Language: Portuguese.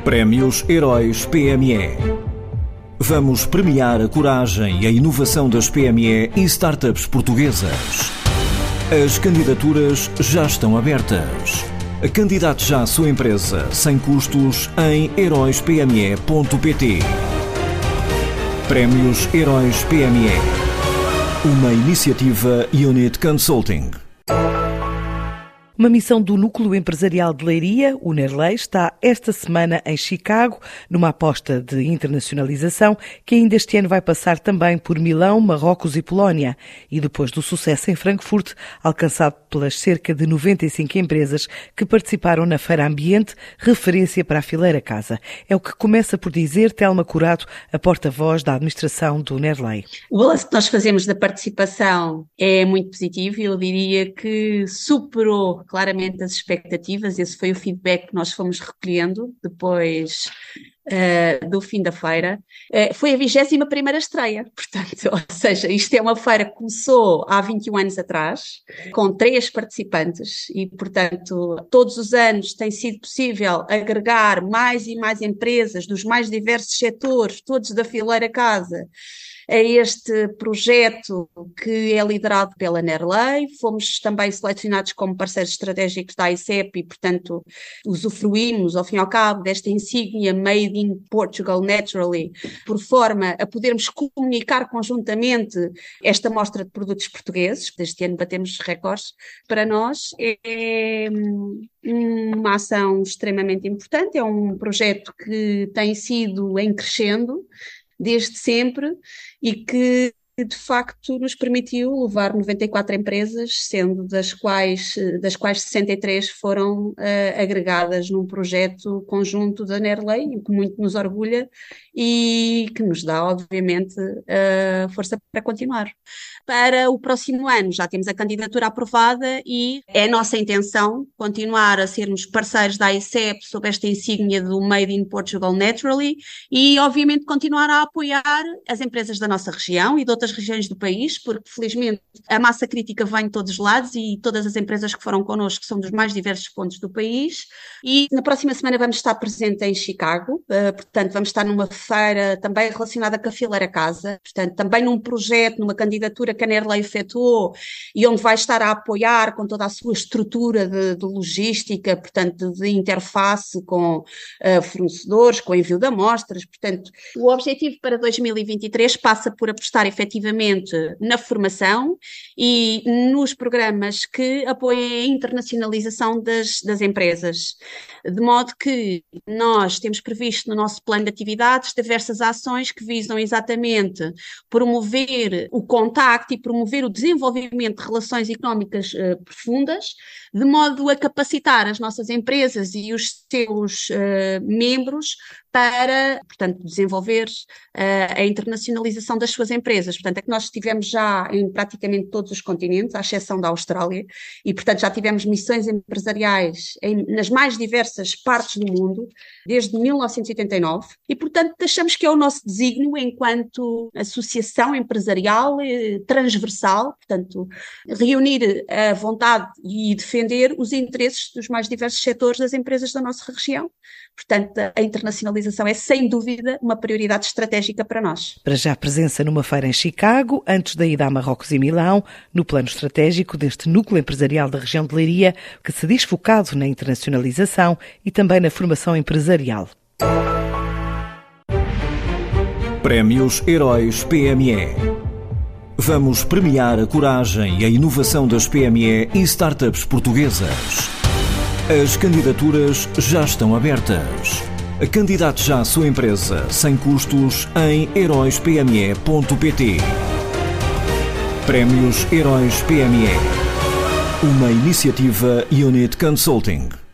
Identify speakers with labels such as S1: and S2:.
S1: Prémios Heróis PME. Vamos premiar a coragem e a inovação das PME e startups portuguesas. As candidaturas já estão abertas. Candidate já a sua empresa sem custos em heróispme.pt. Prémios Heróis PME. Uma iniciativa Unit Consulting.
S2: Uma missão do Núcleo Empresarial de Leiria, o NERLEI, está esta semana em Chicago, numa aposta de internacionalização que ainda este ano vai passar também por Milão, Marrocos e Polónia. E depois do sucesso em Frankfurt, alcançado pelas cerca de 95 empresas que participaram na Feira Ambiente, referência para a Fileira Casa. É o que começa por dizer Telma Curado, a porta-voz da administração do NERLEI.
S3: O balanço que nós fazemos da participação é muito positivo e eu diria que superou claramente as expectativas. Esse foi o feedback que nós fomos recolhendo depois do fim da feira. Foi a 21ª estreia, portanto, ou seja, isto é uma feira que começou há 21 anos atrás, com 3 participantes e, portanto, todos os anos tem sido possível agregar mais e mais empresas dos mais diversos setores, todos da Fileira Casa, a este projeto que é liderado pela NERLEI. Fomos também selecionados como parceiros estratégicos da ICEP e, portanto, usufruímos, ao fim e ao cabo, desta insígnia Made in Portugal Naturally, por forma a podermos comunicar conjuntamente esta mostra de produtos portugueses. Este ano batemos recordes. Para nós é uma ação extremamente importante, é um projeto que tem sido em crescendo desde sempre e que de facto nos permitiu levar 94 empresas, sendo das quais 63 foram agregadas num projeto conjunto da NERLEI, o que muito nos orgulha e que nos dá, obviamente, força para continuar. Para o próximo ano já temos a candidatura aprovada e é a nossa intenção continuar a sermos parceiros da ICEP sob esta insígnia do Made in Portugal Naturally e, obviamente, continuar a apoiar as empresas da nossa região e de outras regiões do país, porque, felizmente, a massa crítica vem de todos os lados e todas as empresas que foram connosco são dos mais diversos pontos do país. E na próxima semana vamos estar presentes em Chicago, portanto, vamos estar numa feira também relacionada com a Fileira Casa, portanto, também num projeto, numa candidatura que a NERLEI efetuou e onde vai estar a apoiar com toda a sua estrutura de logística, portanto, de interface com fornecedores, com envio de amostras. Portanto, o objetivo para 2023 passa por apostar efetivamente na formação e nos programas que apoiem a internacionalização das empresas, de modo que nós temos previsto no nosso plano de atividades diversas ações que visam exatamente promover o contacto e promover o desenvolvimento de relações económicas profundas, de modo a capacitar as nossas empresas e os seus membros para, portanto, desenvolver a internacionalização das suas empresas. Portanto, é que nós estivemos já em praticamente todos os continentes, à exceção da Austrália, e, portanto, já tivemos missões empresariais nas mais diversas partes do mundo, desde 1989, e, portanto, achamos que é o nosso desígnio enquanto associação empresarial transversal, portanto, reunir a vontade e defender os interesses dos mais diversos setores das empresas da nossa região. Portanto, a internacionalização é, sem dúvida, uma prioridade estratégica para nós.
S2: Para já presença numa feira em Chicago, antes da ida a Marrocos e Milão, no plano estratégico deste núcleo empresarial da região de Leiria, que se diz focado na internacionalização e também na formação empresarial.
S1: Prémios Heróis PME. Vamos premiar a coragem e a inovação das PME e startups portuguesas. As candidaturas já estão abertas. Candidate já a sua empresa sem custos em heróispme.pt. Prémios Heróis PME. Uma iniciativa Unit Consulting.